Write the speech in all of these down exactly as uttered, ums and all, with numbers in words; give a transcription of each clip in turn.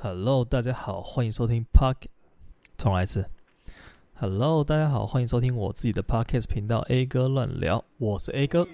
Hello， 大家好，欢迎收听 Podcast， 重来一次。Hello， 大家好，欢迎收听我自己的 Podcast 频道 A 哥乱聊，我是 A 哥。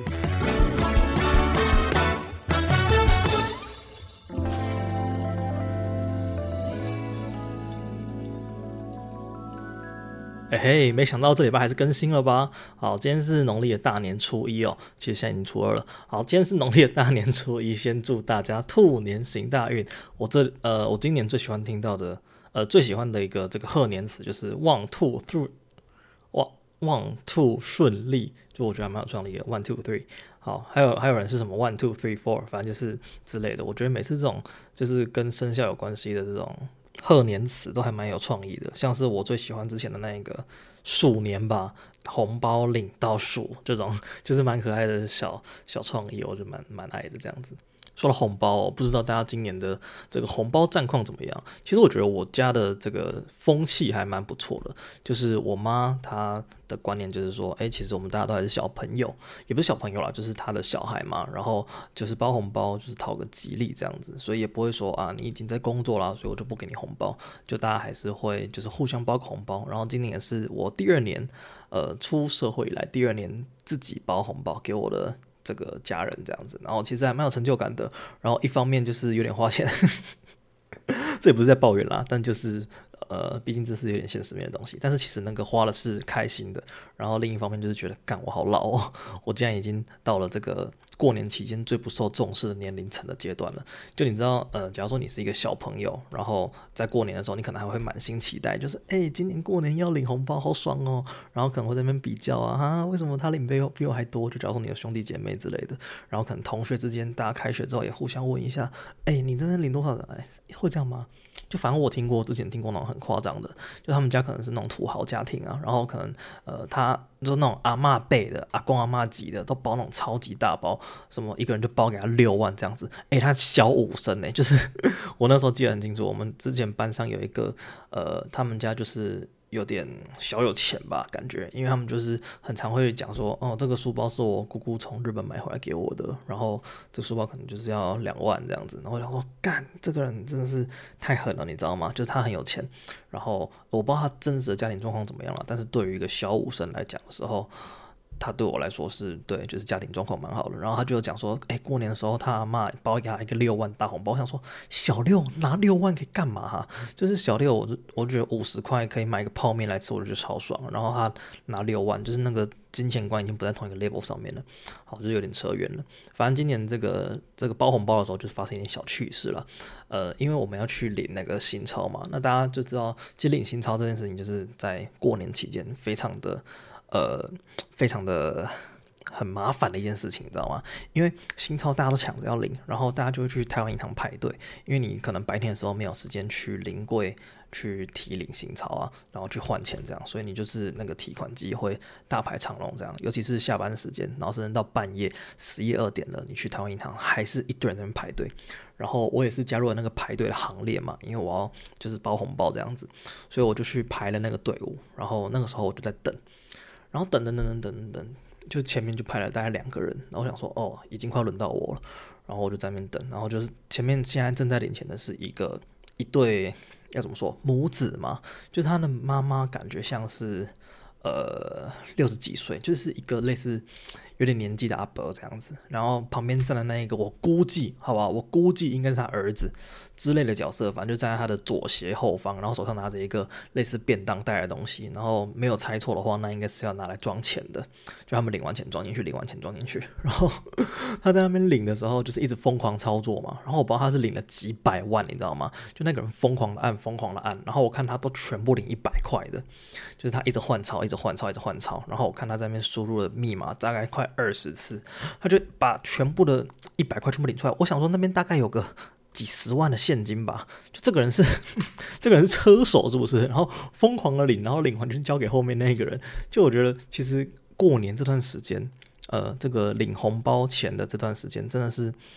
哎嘿，没想到这礼拜还是更新了吧？好，今天是农历的大年初一哦，其实现在已经初二了。好，今天是农历的大年初一，先祝大家兔年行大运。我这呃，我今年最喜欢听到的，呃，最喜欢的一个这个贺年词就是望兔 through， 望望兔顺利，就我觉得还蛮有创意的 one two three。好，还有还有人是什么 one two three four， 反正就是之类的。我觉得每次这种就是跟生肖有关系的这种贺年词都还蛮有创意的，像是我最喜欢之前的那一个鼠年吧，红包领到鼠这种，就是蛮可爱的小小创意，我就蛮蛮爱的这样子。说到红包、哦，不知道大家今年的这个红包战况怎么样？其实我觉得我家的这个风气还蛮不错的，就是我妈她的观念就是说，哎、欸，其实我们大家都还是小朋友，也不是小朋友啦，就是她的小孩嘛，然后就是包红包，就是讨个吉利这样子，所以也不会说啊，你已经在工作啦，所以我就不给你红包，就大家还是会就是互相包个红包。然后今年也是我第二年，呃，出社会以来第二年自己包红包给我的这个家人这样子，然后其实还蛮有成就感的。然后一方面就是有点花钱，这也不是在抱怨啦，但就是呃，毕竟这是有点现实面的东西。但是其实那个花的是开心的，然后另一方面就是觉得，干我好老哦，我竟然已经到了这个过年期间最不受重视的年龄层的阶段了。就你知道，呃，假如说你是一个小朋友，然后在过年的时候，你可能还会满心期待，就是哎、欸，今年过年要领红包，好爽哦。然后可能会在那边比较啊，哈，为什么他领比我比我还多？就假如说你有兄弟姐妹之类的，然后可能同学之间，大家开学之后也互相问一下，哎、欸，你这边领多少人？哎，会这样吗？就反正我听过，之前听过那种很夸张的，就他们家可能是那种土豪家庭啊，然后可能呃，他就是那种阿嬷辈的、阿公阿嬷级的，都包那种超级大包，什么一个人就包给他六万这样子。哎、欸，他小五生哎、欸，就是我那时候记得很清楚，我们之前班上有一个呃，他们家就是有点小有钱吧，感觉，因为他们就是很常会讲说，哦，这个书包是我姑姑从日本买回来给我的，然后这个书包可能就是要两万这样子，然后我想说，干，这个人真的是太狠了，你知道吗？就是他很有钱，然后我不知道他真实的家庭状况怎么样了，但是对于一个小五生来讲的时候，他对我来说是对，就是家庭状况蛮好的。然后他就讲说，哎、欸，过年的时候他阿嬷包给他一个六万大红包。我想说，小六拿六万可以干嘛、啊？就是小六我就，我觉得五十块可以买一个泡面来吃，我就觉得超爽。然后他拿六万，就是那个金钱观已经不在同一个 level 上面了。好，就有点扯远了。反正今年这个这个包红包的时候，就是发生一点小趣事了。呃，因为我们要去领那个新钞嘛，那大家就知道，其实领新钞这件事情，就是在过年期间非常的。呃，非常的很麻烦的一件事情，你知道吗？因为新钞大家都抢着要领，然后大家就会去台湾银行排队，因为你可能白天的时候没有时间去临柜去提领新钞啊，然后去换钱这样，所以你就是那个提款机会大排长龙这样，尤其是下班时间，然后甚至到半夜十一二点了，你去台湾银行还是一堆人在那边排队。然后我也是加入了那个排队的行列嘛，因为我要就是包红包这样子，所以我就去排了那个队伍，然后那个时候我就在等。然后等等等等等等，就前面就排了大概两个人，然后我想说，哦，已经快轮到我了，然后我就在那边等，然后就是前面现在正在领钱的是一个一对要怎么说母子嘛，就是他的妈妈感觉像是呃六十几岁，就是一个类似有点年纪的阿伯这样子，然后旁边站的那一个，我估计好吧，我估计应该是他儿子之类的角色，反正就站在他的左斜后方，然后手上拿着一个类似便当袋的东西，然后没有猜错的话，那应该是要拿来装钱的，就他们领完钱装进去，领完钱装进去，然后他在那边领的时候，就是一直疯狂操作嘛，然后我不知道他是领了几百万，你知道吗？就那个人疯狂的按，疯狂的按，然后我看他都全部领一百块的，就是他一直换钞，一直换钞，一直换钞，然后我看他在那边输入的密码大概快二十次，他就把全部的一百块全部领出来，我想说那边大概有个几十万的现金吧，就这个人是这个人是车手是不是？然后疯狂的领，然后领完就交给后面那个人。就我觉得其实过年这段时间，呃，这个领红包钱的这段时间真的是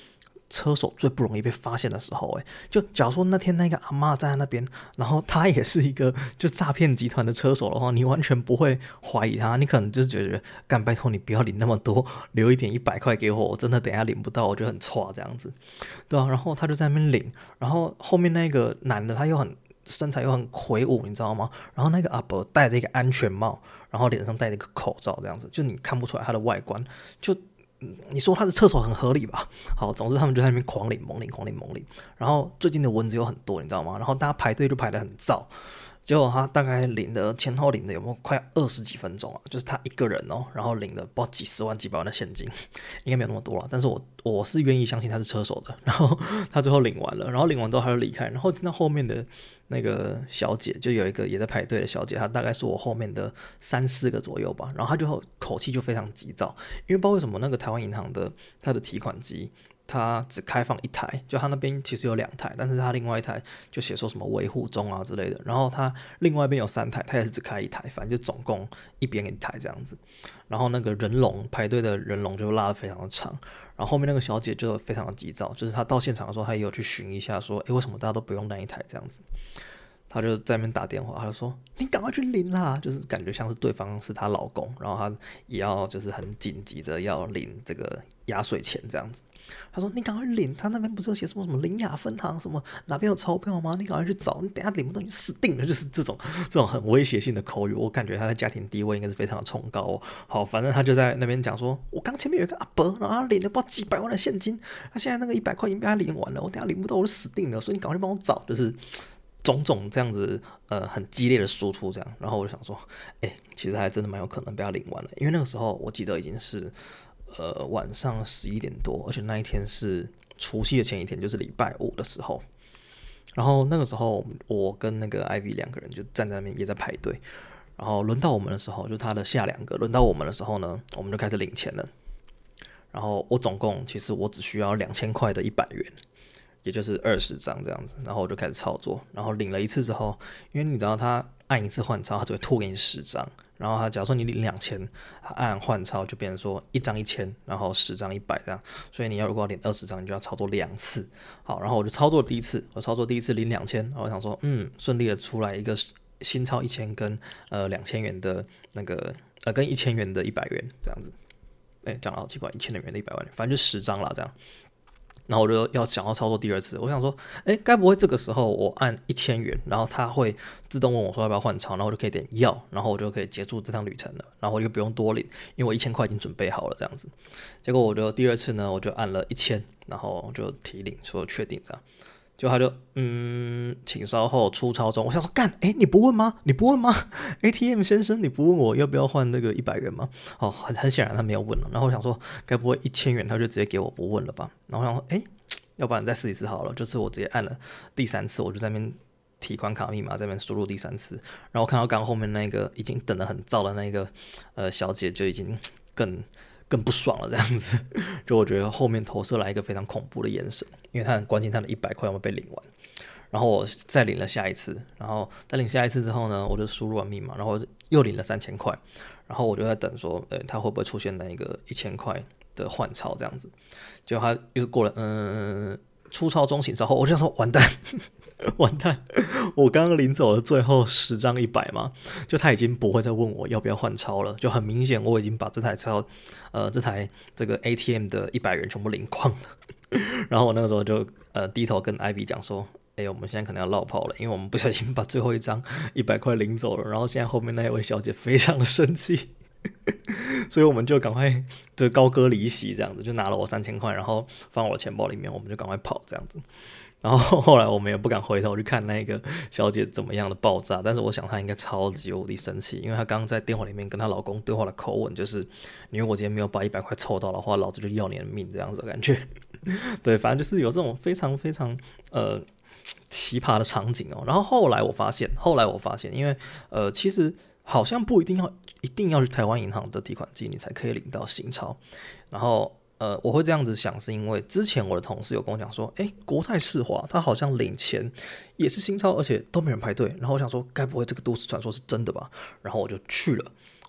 车手最不容易被发现的时候，哎，就假如说那天那个阿嬷站在那边，然后他也是一个就诈骗集团的车手的话，你完全不会怀疑他，你可能就是觉得，干拜托你不要领那么多，留一点一百块给我，我真的等一下领不到，我就很差这样子，对啊，然后他就在那边领，然后后面那个男的他又很身材又很魁梧，你知道吗？然后那个阿伯戴着一个安全帽，然后脸上戴着一个口罩，这样子，就你看不出来他的外观，就。你说他的厕所很合理吧？好，总之他们就在那边狂领、猛领、狂领、猛领。然后最近的蚊子有很多，你知道吗？然后大家排队就排得很燥。结果他大概领的前后领的有没有快二十几分钟啊？就是他一个人哦，然后领了不知道几十万、几百万的现金，应该没有那么多了。但是我我是愿意相信他是车手的。然后他最后领完了，然后领完之后他就离开。然后听到后面的那个小姐，就有一个也在排队的小姐，她大概是我后面的三四个左右吧。然后她就口气就非常急躁，因为不知道为什么那个台湾银行的它的提款机。它只开放一台，就它那边其实有两台，但是它另外一台就写说什么维护中啊之类的，然后它另外一边有三台，它也是只开一台，反正就总共一边一台这样子。然后那个人龙排队的人龙就拉得非常的长，然后后面那个小姐就非常的急躁，就是她到现场的时候，她也有去询一下说，诶，为什么大家都不用那一台这样子？他就在那边打电话，他就说：“你赶快去领啦！”就是感觉像是对方是她老公，然后他也要就是很紧急的要领这个压岁钱这样子。他说：“你赶快领，他那边不是有写什么什么林雅分行什么哪边有钞票吗？你赶快去找，你等一下领不到你死定了！”就是这种这种很威胁性的口语，我感觉他的家庭地位应该是非常的崇高哦。好，反正他就在那边讲说：“我刚前面有一个阿伯，然后他领了不知道几百万的现金，他现在那个一百块已经被他领完了，我等一下领不到我就死定了，所以你赶快去帮我找。”就是种种这样子，呃，很激烈的输出这样，然后我就想说，哎、欸，其实还真的蛮有可能被他领完了，因为那个时候我记得已经是呃晚上十一点多，而且那一天是除夕的前一天，就是礼拜五的时候。然后那个时候我跟那个 Ivy 两个人就站在那边也在排队，然后轮到我们的时候，就他的下两个轮到我们的时候呢，我们就开始领钱了。然后我总共其实我只需要两千块的一百元。也就是二十张这样子，然后我就开始操作，然后领了一次之后，因为你知道他按一次换钞，他只会吐给你十张，然后他假如说你领两千，他按换钞就变成说一张一千，然后十张一百这样，所以你要如果要领二十张，你就要操作两次。好，然后我就操作第一次，我操作第一次领两千，然后我想说，嗯，顺利的出来一个新钞一千跟呃两千元的那个呃跟一千元的一百元这样子，哎，讲得好奇怪，一千元的一百万，反正就十张啦这样。然后我就要想要操作第二次，我想说，哎，该不会这个时候我按一千元，然后它会自动问我说要不要换钞，然后我就可以点要，然后我就可以结束这趟旅程了，然后我就不用多领，因为我一千块已经准备好了这样子。结果我就第二次呢，我就按了一千，然后就提领说确定这样。就他就嗯，请稍后出钞中。我想说，干，哎，你不问吗？你不问吗？A T M 先生，你不问我要不要换那个一百元吗？哦，很很显然他没有问了。然后我想说，该不会一千元他就直接给我不问了吧？然后我想说，哎，要不然再试一次好了。就是我直接按了第三次，我就在那边提款卡密码，在那边输入第三次。然后看到刚后面那个已经等得很燥的那个呃小姐就已经更。更不爽了，这样子，就我觉得后面投射来一个非常恐怖的眼神，因为他很关心他的一百块有没有被领完。然后我再领了下一次，然后再领下一次之后呢，我就输入完密码，然后又领了三千块，然后我就在等说，呃，他会不会出现那一个一千块的换钞这样子？结果他又是过了，嗯，出钞中请稍后，我就想说完蛋。完蛋！我刚刚领走了最后十张一百嘛，就他已经不会再问我要不要换钞了，就很明显我已经把这台钞，呃，这台这个 A T M 的一百元全部领光了。然后我那个时候就呃低头跟 Ivy 讲说，哎、欸，我们现在可能要落跑了，因为我们不小心把最后一张一百块领走了。然后现在后面那一位小姐非常的生气。所以我们就赶快就高歌离席这样子，就拿了我三千块，然后放我钱包里面，我们就赶快跑这样子。然后后来我们也不敢回头去看那个小姐怎么样的爆炸，但是我想她应该超级无敌生气，因为她刚刚在电话里面跟她老公对话的口吻就是，你如果今天没有把一百块凑到的话，老子就要你的命这样子的感觉。对，反正就是有这种非常非常呃奇葩的场景哦。然后后来我发现，后来我发现，因为呃其实好像不一定要一定要去台湾银行的提款机你才可以领到新钞，然后。呃，我会这样子想，是因为之前我的同事有跟我讲说，哎，国泰世华他好像领钱也是新钞，而且都没人排队。然后我想说，该不会这个都市传说是真的吧？然后我就去了，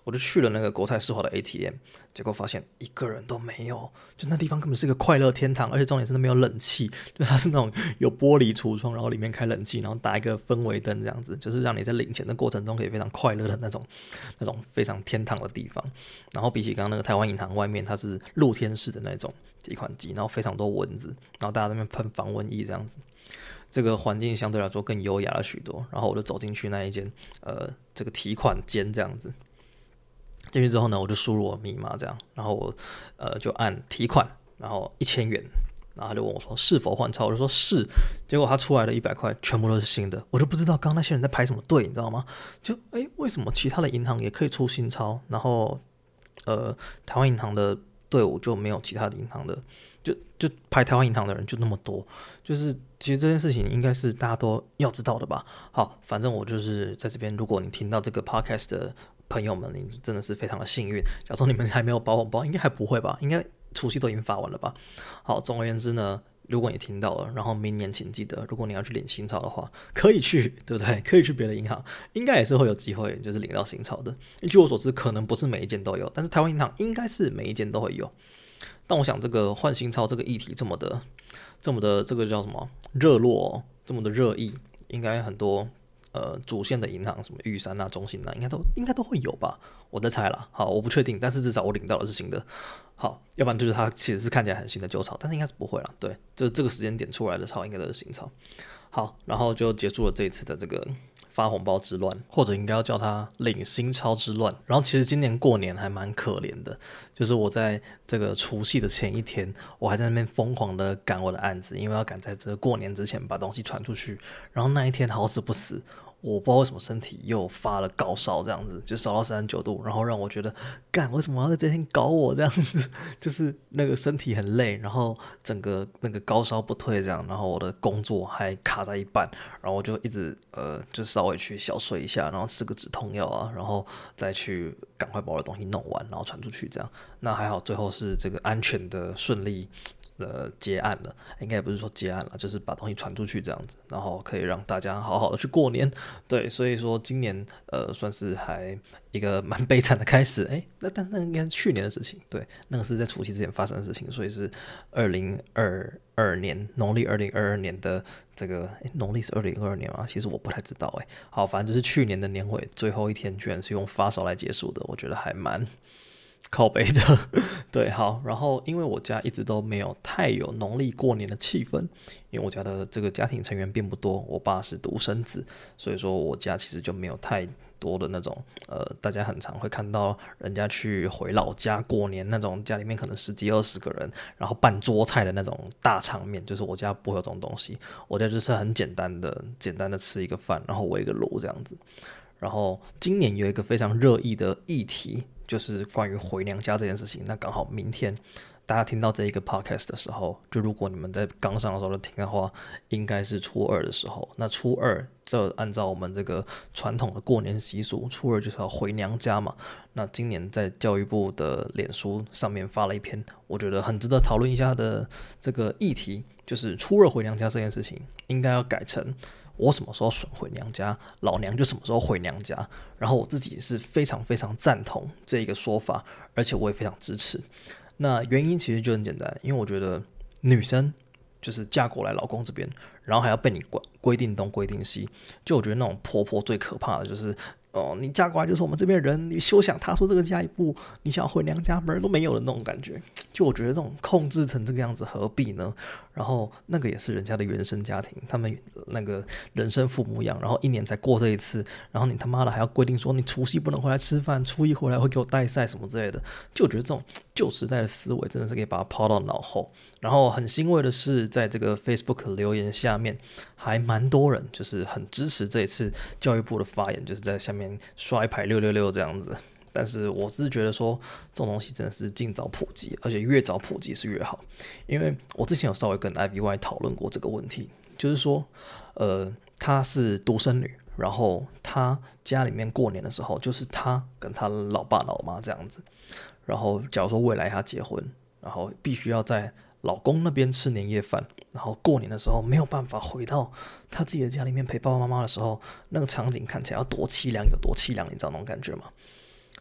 我就去了那个国泰世华的 A T M， 结果发现一个人都没有，就那地方根本是个快乐天堂，而且重点是那边有冷气，就它是那种有玻璃橱窗，然后里面开冷气，然后打一个氛围灯这样子，就是让你在领钱的过程中可以非常快乐的那种那种非常天堂的地方。然后比起刚刚那个台湾银行外面，它是露天式的那种提款机，然后非常多蚊子，然后大家在那边喷防蚊液这样子。这个环境相对来说更优雅了许多，然后我就走进去那一间呃这个提款间这样子。进去之后呢，我就输入我密码这样，然后我呃就按提款，然后一千元，然后他就问我说是否换钞，我就说是，结果他出来的一百块全部都是新的，我就不知道刚刚那些人在排什么队，你知道吗？就哎为什么其他的银行也可以出新钞，然后呃台湾银行的队伍就没有其他的银行的，就就排台湾银行的人就那么多，就是其实这件事情应该是大家都要知道的吧。好，反正我就是在这边，如果你听到这个 podcast 的朋友们，你真的是非常的幸运。假如说你们还没有包红包，应该还不会吧？应该除夕都已经发完了吧？好，总而言之呢，如果你听到了，然后明年请记得，如果你要去领新钞的话，可以去，对不对？可以去别的银行，应该也是会有机会，就是领到新钞的。据我所知，可能不是每一间都有，但是台湾银行应该是每一间都会有。但我想这个换新钞这个议题这么的、这么的这个叫什么热络、哦，这么的热议，应该很多呃主线的银行，什么玉山啊、中信啊，应该都应该都会有吧？我在猜啦。好，我不确定，但是至少我领到的是新的。好，要不然就是它其实是看起来很新的旧钞，但是应该是不会啦。对，这这个时间点出来的钞应该都是新钞。好，然后就结束了这一次的这个发红包之乱，或者应该要叫它领新钞之乱。然后其实今年过年还蛮可怜的，就是我在这个除夕的前一天，我还在那边疯狂的赶我的案子，因为要赶在这个过年之前把东西传出去。然后那一天好死不死，我不知道为什么身体又发了高烧，这样子就烧到三十九度，然后让我觉得，干为什么要在这天搞我这样子？就是那个身体很累，然后整个那个高烧不退这样，然后我的工作还卡在一半，然后我就一直呃，就稍微去小睡一下，然后吃个止痛药啊，然后再去赶快把我的东西弄完，然后传出去这样。那还好，最后是这个安全的顺利。呃，结案了，应该也不是说结案了，就是把东西传出去这样子，然后可以让大家好好的去过年。对，所以说今年呃算是还一个蛮悲惨的开始。哎，那但那应该是去年的事情，对，那个是在除夕之前发生的事情，所以是二零二二年农历二零二二年的这个，哎，农历是二零二二年吗？其实我不太知道。哎，好，反正就是去年的年尾最后一天，居然是用发烧来结束的，我觉得还蛮靠北的。对，好，然后因为我家一直都没有太有农历过年的气氛，因为我家的这个家庭成员并不多，我爸是独生子，所以说我家其实就没有太多的那种呃，大家很常会看到人家去回老家过年那种家里面可能十几二十个人，然后办桌菜的那种大场面，就是我家不会有这种东西，我家就是很简单的简单的吃一个饭，然后围一个炉这样子。然后今年有一个非常热议的议题，就是关于回娘家这件事情。那刚好明天大家听到这一个 podcast 的时候，就如果你们在刚上的时候听的话，应该是初二的时候。那初二，这按照我们这个传统的过年习俗，初二就是要回娘家嘛。那今年在教育部的脸书上面发了一篇，我觉得很值得讨论一下的这个议题，就是初二回娘家这件事情，应该要改成我什么时候爽回娘家，老娘就什么时候回娘家。然后我自己是非常非常赞同这一个说法，而且我也非常支持。那原因其实就很简单，因为我觉得女生就是嫁过来老公这边，然后还要被你规定东规定西，就我觉得那种婆婆最可怕的就是哦，你嫁过来就是我们这边人，你休想踏出这个家一步，你想要回娘家门都没有的那种感觉。就我觉得这种控制成这个样子何必呢？然后那个也是人家的原生家庭，他们那个人生父母养，然后一年才过这一次，然后你他妈的还要规定说你除夕不能回来吃饭，初一回来会给我带赛什么之类的。就我觉得这种旧时代的思维真的是可以把它抛到脑后。然后很欣慰的是，在这个 Facebook 留言下面还蛮多人就是很支持这一次教育部的发言，就是在下面刷一排六六六这样子。但是我只是觉得说这种东西真的是尽早普及，而且越早普及是越好。因为我之前有稍微跟 I V Y 讨论过这个问题，就是说呃她是独生女，然后她家里面过年的时候就是她跟她老爸老妈这样子，然后假如说未来她结婚，然后必须要在老公那边吃年夜饭，然后过年的时候没有办法回到她自己的家里面陪爸爸妈妈的时候，那个场景看起来要多凄凉有多凄凉，你知道那种感觉吗？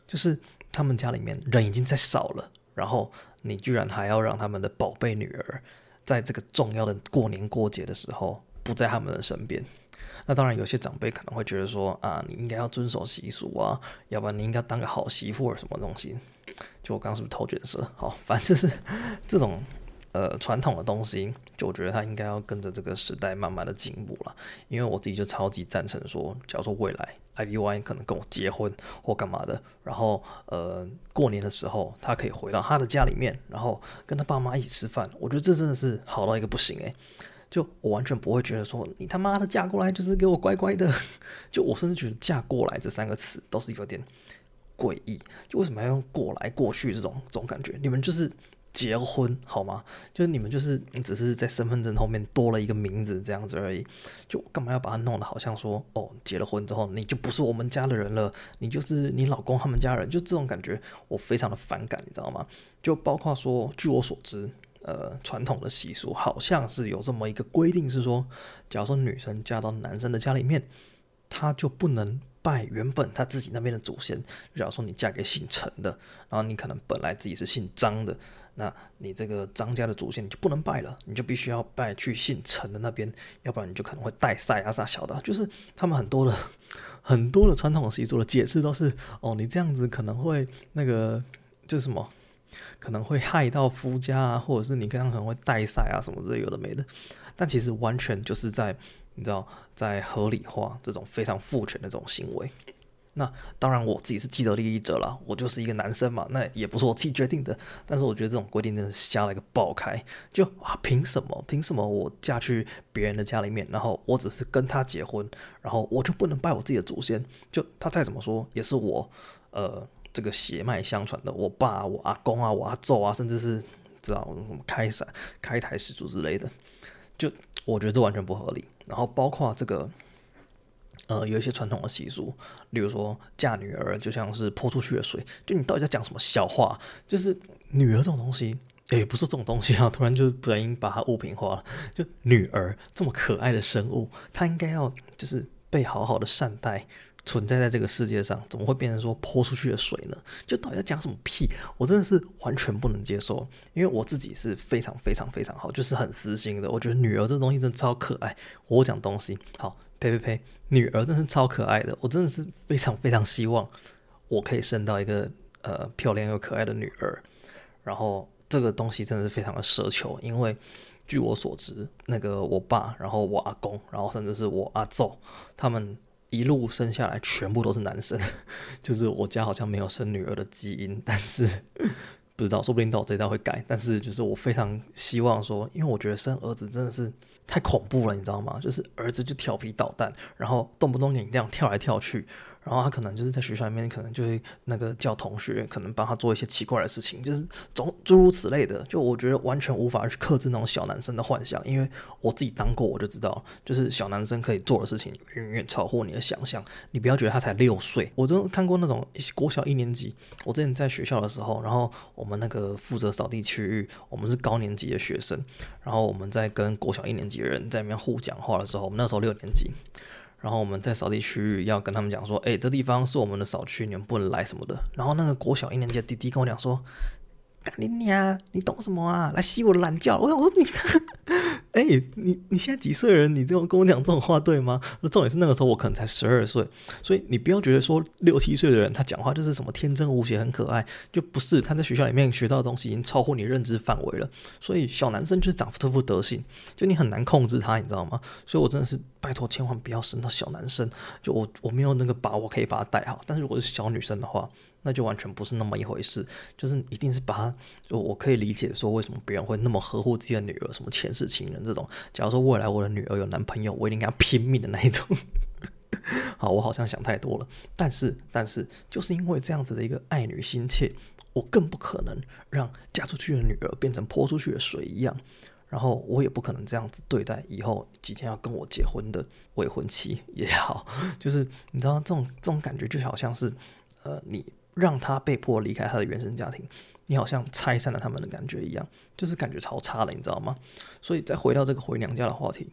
就是他们家里面人已经在少了，然后你居然还要让他们的宝贝女儿在这个重要的过年过节的时候不在他们的身边。那当然有些长辈可能会觉得说啊，你应该要遵守习俗啊，要不然你应该当个好媳妇儿什么东西。就我刚刚是不是偷卷舌？好，反正就是这种呃传统的东西，就我觉得它应该要跟着这个时代慢慢的进步了。因为我自己就超级赞成说，假如说未来 I V Y 可能跟我结婚或干嘛的，然后呃过年的时候他可以回到他的家里面，然后跟他爸妈一起吃饭，我觉得这真的是好到一个不行诶。就我完全不会觉得说你他妈的嫁过来就是给我乖乖的，就我甚至觉得嫁过来这三个词都是有点诡异，就为什么要用过来过去这种这种感觉？你们就是结婚好吗？就是你们就是你只是在身份证后面多了一个名字这样子而已，就干嘛要把它弄得好像说哦结了婚之后你就不是我们家的人了，你就是你老公他们家人，就这种感觉我非常的反感，你知道吗？就包括说据我所知。呃，传统的习俗好像是有这么一个规定，是说，假如说女生嫁到男生的家里面，她就不能拜原本她自己那边的祖先。假如说你嫁给姓陈的，然后你可能本来自己是姓张的，那你这个张家的祖先你就不能拜了，你就必须要拜去姓陈的那边，要不然你就可能会带赛啊啥小的。就是他们很多的很多的传统习俗的解释都是，哦，你这样子可能会那个就是什么。可能会害到夫家啊，或者是你刚刚可能会带赛啊什么之类有的没的，但其实完全就是在你知道在合理化这种非常父权的这种行为。那当然我自己是既得利益者啦，我就是一个男生嘛，那也不是我自己决定的，但是我觉得这种规定真的是瞎了一个爆开，就啊凭什么凭什么我嫁去别人的家里面，然后我只是跟他结婚，然后我就不能拜我自己的祖先？就他再怎么说也是我呃。这个血脉相传的，我爸、我阿公啊、我阿祖啊，甚至是知道开山、开台始祖之类的，就我觉得这完全不合理。然后包括这个，呃，有一些传统的习俗，例如说嫁女儿就像是泼出去的水，就你到底在讲什么笑话？就是女儿这种东西，也不是这种东西啊，突然就不小心把它物品化了。就女儿这么可爱的生物，她应该要就是被好好的善待。存在在这个世界上，怎么会变成说泼出去的水呢？就到底在讲什么屁？我真的是完全不能接受，因为我自己是非常非常非常好，就是很私心的。我觉得女儿这东西真的超可爱。我讲东西好，呸呸呸，女儿真的是超可爱的。我真的是非常非常希望我可以生到一个呃漂亮又可爱的女儿。然后这个东西真的是非常的奢求，因为据我所知，那个我爸，然后我阿公，然后甚至是我阿祖，他们。一路生下来全部都是男生，就是我家好像没有生女儿的基因，但是不知道，说不定到我这一代会改。但是就是我非常希望说，因为我觉得生儿子真的是太恐怖了，你知道吗？就是儿子就调皮捣蛋，然后动不动你这样跳来跳去。然后他可能就是在学校里面，可能就会那个叫同学，可能帮他做一些奇怪的事情，就是总诸如此类的。就我觉得完全无法去克制那种小男生的幻想，因为我自己当过，我就知道，就是小男生可以做的事情远远超乎你的想象。你不要觉得他才六岁，我真的看过那种国小一年级。我之前在学校的时候，然后我们那个负责扫地区域，我们是高年级的学生，然后我们在跟国小一年级的人在那边互讲话的时候，我们那时候六年级。然后我们在扫地区域要跟他们讲说，哎，这地方是我们的扫区，你们不能来什么的。然后那个国小一年级的弟弟跟我讲说，干你娘，你懂什么啊？来吸我的懒觉。我想说你，哎、欸，你你现在几岁人？你这种跟我讲这种话对吗？重点是那个时候我可能才十二岁，所以你不要觉得说六七岁的人他讲话就是什么天真无邪、很可爱，就不是。他在学校里面学到的东西已经超乎你认知范围了。所以小男生就是长这副德性，就你很难控制他，你知道吗？所以我真的是拜托，千万不要生到小男生。就我我没有那个把握可以把他带好，但是如果是小女生的话。那就完全不是那么一回事，就是一定是把他，就我可以理解说为什么别人会那么呵护自己的女儿，什么前世情人这种。假如说未来我的女儿有男朋友，我一定跟他拼命的那一种。好，我好像想太多了，但是但是就是因为这样子的一个爱女心切，我更不可能让嫁出去的女儿变成泼出去的水一样。然后我也不可能这样子对待以后即将要跟我结婚的未婚妻也好，就是你知道这种这种感觉就好像是呃你。让他被迫离开他的原生家庭，你好像拆散了他们的感觉一样，就是感觉超差了，你知道吗？所以再回到这个回娘家的话题，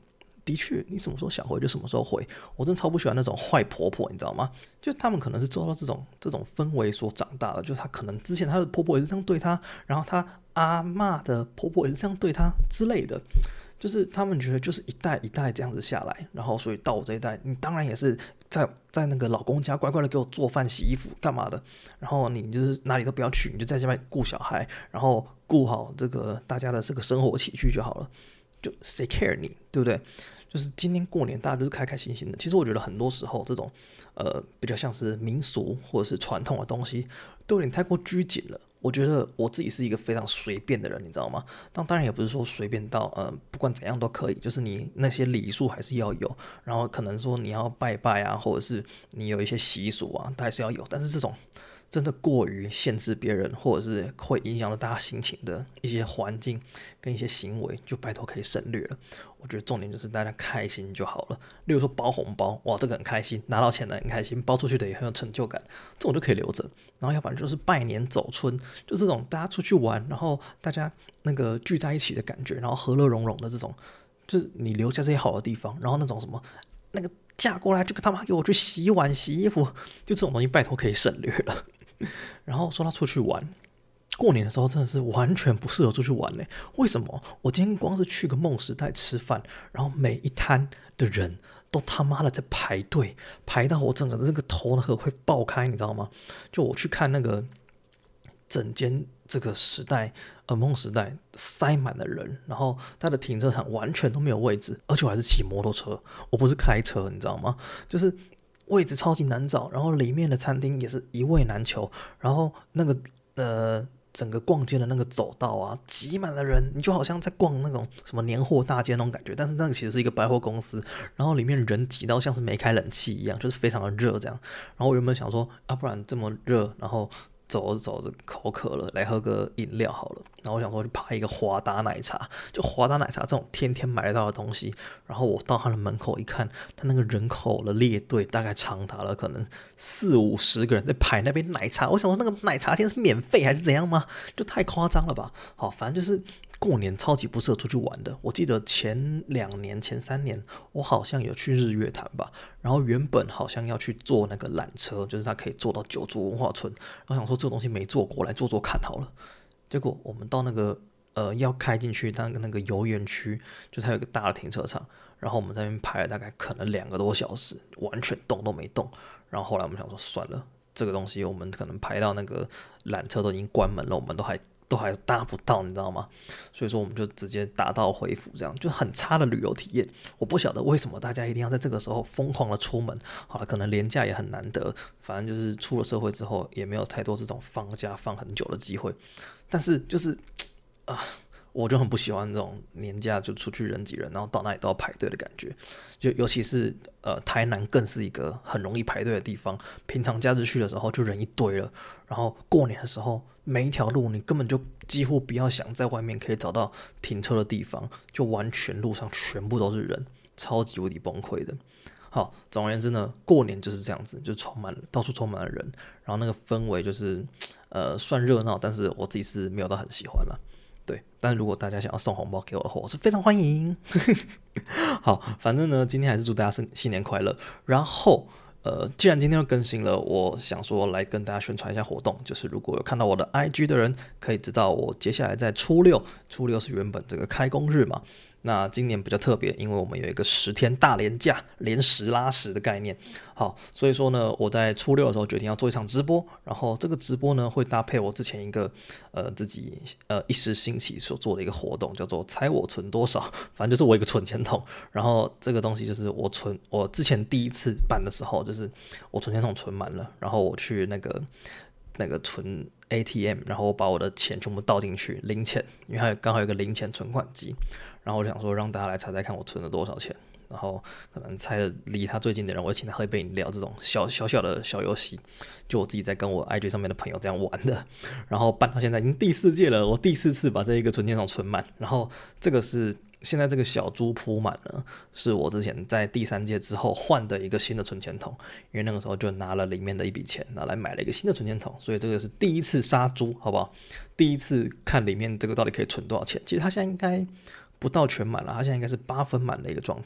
的确，你什么时候想回就什么时候回。我真的超不喜欢那种坏婆婆，你知道吗？就他们可能是受到这种这种氛围所长大的，就是她可能之前她的婆婆也是这样对她，然后她阿嬷的婆婆也是这样对她之类的。就是他们觉得就是一代一代这样子下来，然后所以到我这一代，你当然也是在在那个老公家乖乖的给我做饭、洗衣服干嘛的，然后你就是哪里都不要去，你就在家里顾小孩，然后顾好这个大家的这个生活起居就好了，就谁 care 你，对不对？就是今天过年大家就是开开心心的。其实我觉得很多时候这种呃比较像是民俗或者是传统的东西，都有点太过拘谨了。我觉得我自己是一个非常随便的人，你知道吗？但当然也不是说随便到呃不管怎样都可以，就是你那些礼数还是要有，然后可能说你要拜拜啊，或者是你有一些习俗啊，它还是要有。但是这种真的过于限制别人，或者是会影响到大家心情的一些环境跟一些行为，就拜托可以省略了。我觉得重点就是大家开心就好了。例如说包红包，哇，这个很开心，拿到钱的很开心，包出去的也很有成就感，这种就可以留着。然后要不然就是拜年走春，就这种大家出去玩，然后大家那个聚在一起的感觉，然后和乐融融的这种，就是你留下这些好的地方。然后那种什么那个嫁过来就他妈给我去洗碗洗衣服，就这种东西拜托可以省略了。然后说到出去玩，过年的时候真的是完全不适合出去玩嘞。为什么？我今天光是去个梦时代吃饭，然后每一摊的人都他妈的在排队，排到我整个这个头那个会爆开，你知道吗？就我去看那个整间这个时代呃梦时代塞满了人，然后它的停车场完全都没有位置，而且我还是骑摩托车，我不是开车，你知道吗？就是位置超级难找，然后里面的餐厅也是一位难求，然后那个呃整个逛街的那个走道啊，挤满了人，你就好像在逛那种什么年货大街那种感觉，但是那个其实是一个百货公司，然后里面人挤到像是没开冷气一样，就是非常的热这样。然后我原本想说啊，不然这么热，然后走着走着口渴了，来喝个饮料好了。然后我想说去拍一个华达奶茶，就华达奶茶这种天天买得到的东西。然后我到他的门口一看，他那个人口的列队大概长达了可能四五十个人在排那杯奶茶。我想说那个奶茶店是免费还是怎样吗？就太夸张了吧。好，反正就是过年超级不适合出去玩的。我记得前两年、前三年，我好像有去日月潭吧，然后原本好像要去坐那个缆车，就是它可以坐到九族文化村。然后想说这个东西没坐过，来坐坐看好了。结果我们到那个呃要开进去那个那个游园区，就它有一个大的停车场，然后我们在那边排了大概可能两个多小时，完全动都没动。然后后来我们想说算了，这个东西我们可能排到那个缆车都已经关门了，我们都还都还搭不到，你知道吗？所以说我们就直接打道回府，这样就很差的旅游体验。我不晓得为什么大家一定要在这个时候疯狂的出门。好了，可能连假也很难得，反正就是出了社会之后也没有太多这种放假放很久的机会。但是就是啊，我就很不喜欢这种年假就出去人挤人，然后到哪里都要排队的感觉。就尤其是呃台南更是一个很容易排队的地方，平常假日去的时候就人一堆了，然后过年的时候每一条路你根本就几乎不要想在外面可以找到停车的地方，就完全路上全部都是人，超级无敌崩溃的。好，总而言之呢，过年就是这样子，就充满了到处充满了人，然后那个氛围就是，呃，算热闹，但是我自己是没有到很喜欢啦。对，但是如果大家想要送红包给我的话，我是非常欢迎。好，反正呢，今天还是祝大家新年快乐。然后，呃，既然今天又更新了，我想说来跟大家宣传一下活动，就是如果有看到我的 I G 的人，可以知道我接下来在初六，初六是原本这个开工日嘛。那今年比较特别，因为我们有一个十天大连假，连十拉十的概念。好，所以说呢，我在初六的时候决定要做一场直播，然后这个直播呢会搭配我之前一个呃自己呃一时兴起所做的一个活动，叫做猜我存多少，反正就是我一个存钱筒，然后这个东西就是我存我之前第一次办的时候，就是我存钱筒存满了，然后我去那个那个存 A T M， 然后我把我的钱全部倒进去零钱，因为它刚好有个零钱存款机。然后我想说让大家来猜猜看我存了多少钱，然后可能猜的离他最近的人，我会请他喝一杯饮料，这种小小小的小游戏，就我自己在跟我 I G 上面的朋友这样玩的。然后办到现在已经第四届了，我第四次把这一个存钱筒存满，然后这个是现在这个小猪铺满了，是我之前在第三届之后换的一个新的存钱筒，因为那个时候就拿了里面的一笔钱拿来买了一个新的存钱筒，所以这个是第一次杀猪，好不好？第一次看里面这个到底可以存多少钱，其实它现在应该不到全满了，它现在应该是八分满的一个状态。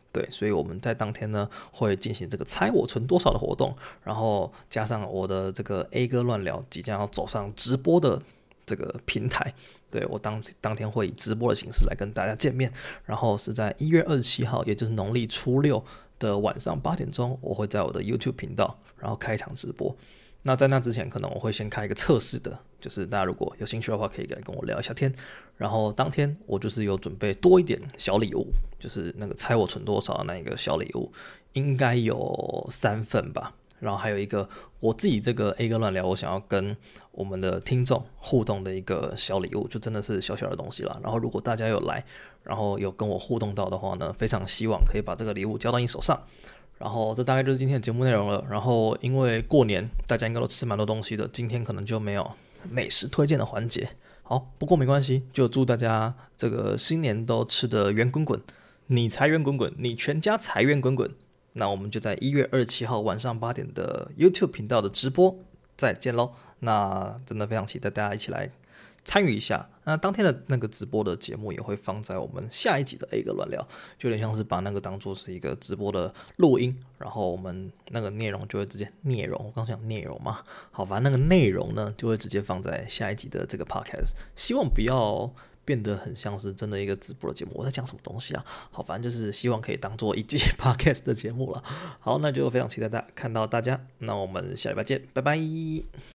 对，所以我们在当天呢会进行这个猜我存多少的活动，然后加上我的这个 A 哥乱聊即将要走上直播的这个平台，对，我当当天会以直播的形式来跟大家见面，然后是在一月二十七号，也就是农历初六的晚上八点钟，我会在我的 YouTube 频道，然后开一场直播。那在那之前，可能我会先开一个测试的，就是大家如果有兴趣的话，可以来跟我聊一下天。然后当天我就是有准备多一点小礼物，就是那个猜我存多少的那一个小礼物，应该有三份吧。然后还有一个我自己这个 A 哥乱聊，我想要跟我们的听众互动的一个小礼物，就真的是小小的东西啦。然后如果大家有来，然后有跟我互动到的话呢，非常希望可以把这个礼物交到你手上。然后这大概就是今天的节目内容了。然后因为过年大家应该都吃蛮多东西的，今天可能就没有美食推荐的环节。好，不过没关系，就祝大家这个新年都吃得圆滚滚，你财源滚滚，你全家财源滚滚。那我们就在一月二十七号晚上八点的 YouTube 频道的直播再见喽。那真的非常期待大家一起来参与一下。那当天的那个直播的节目也会放在我们下一集的 A 哥乱聊，就有点像是把那个当做是一个直播的录音，然后我们那个内容就会直接内容，我刚讲内容嘛，好，反正那个内容呢就会直接放在下一集的这个 podcast， 希望不要变得很像是真的一个直播的节目，我在讲什么东西啊？好，反正就是希望可以当做一集 podcast 的节目了。好，那就非常期待大看到大家，那我们下礼拜见，拜拜。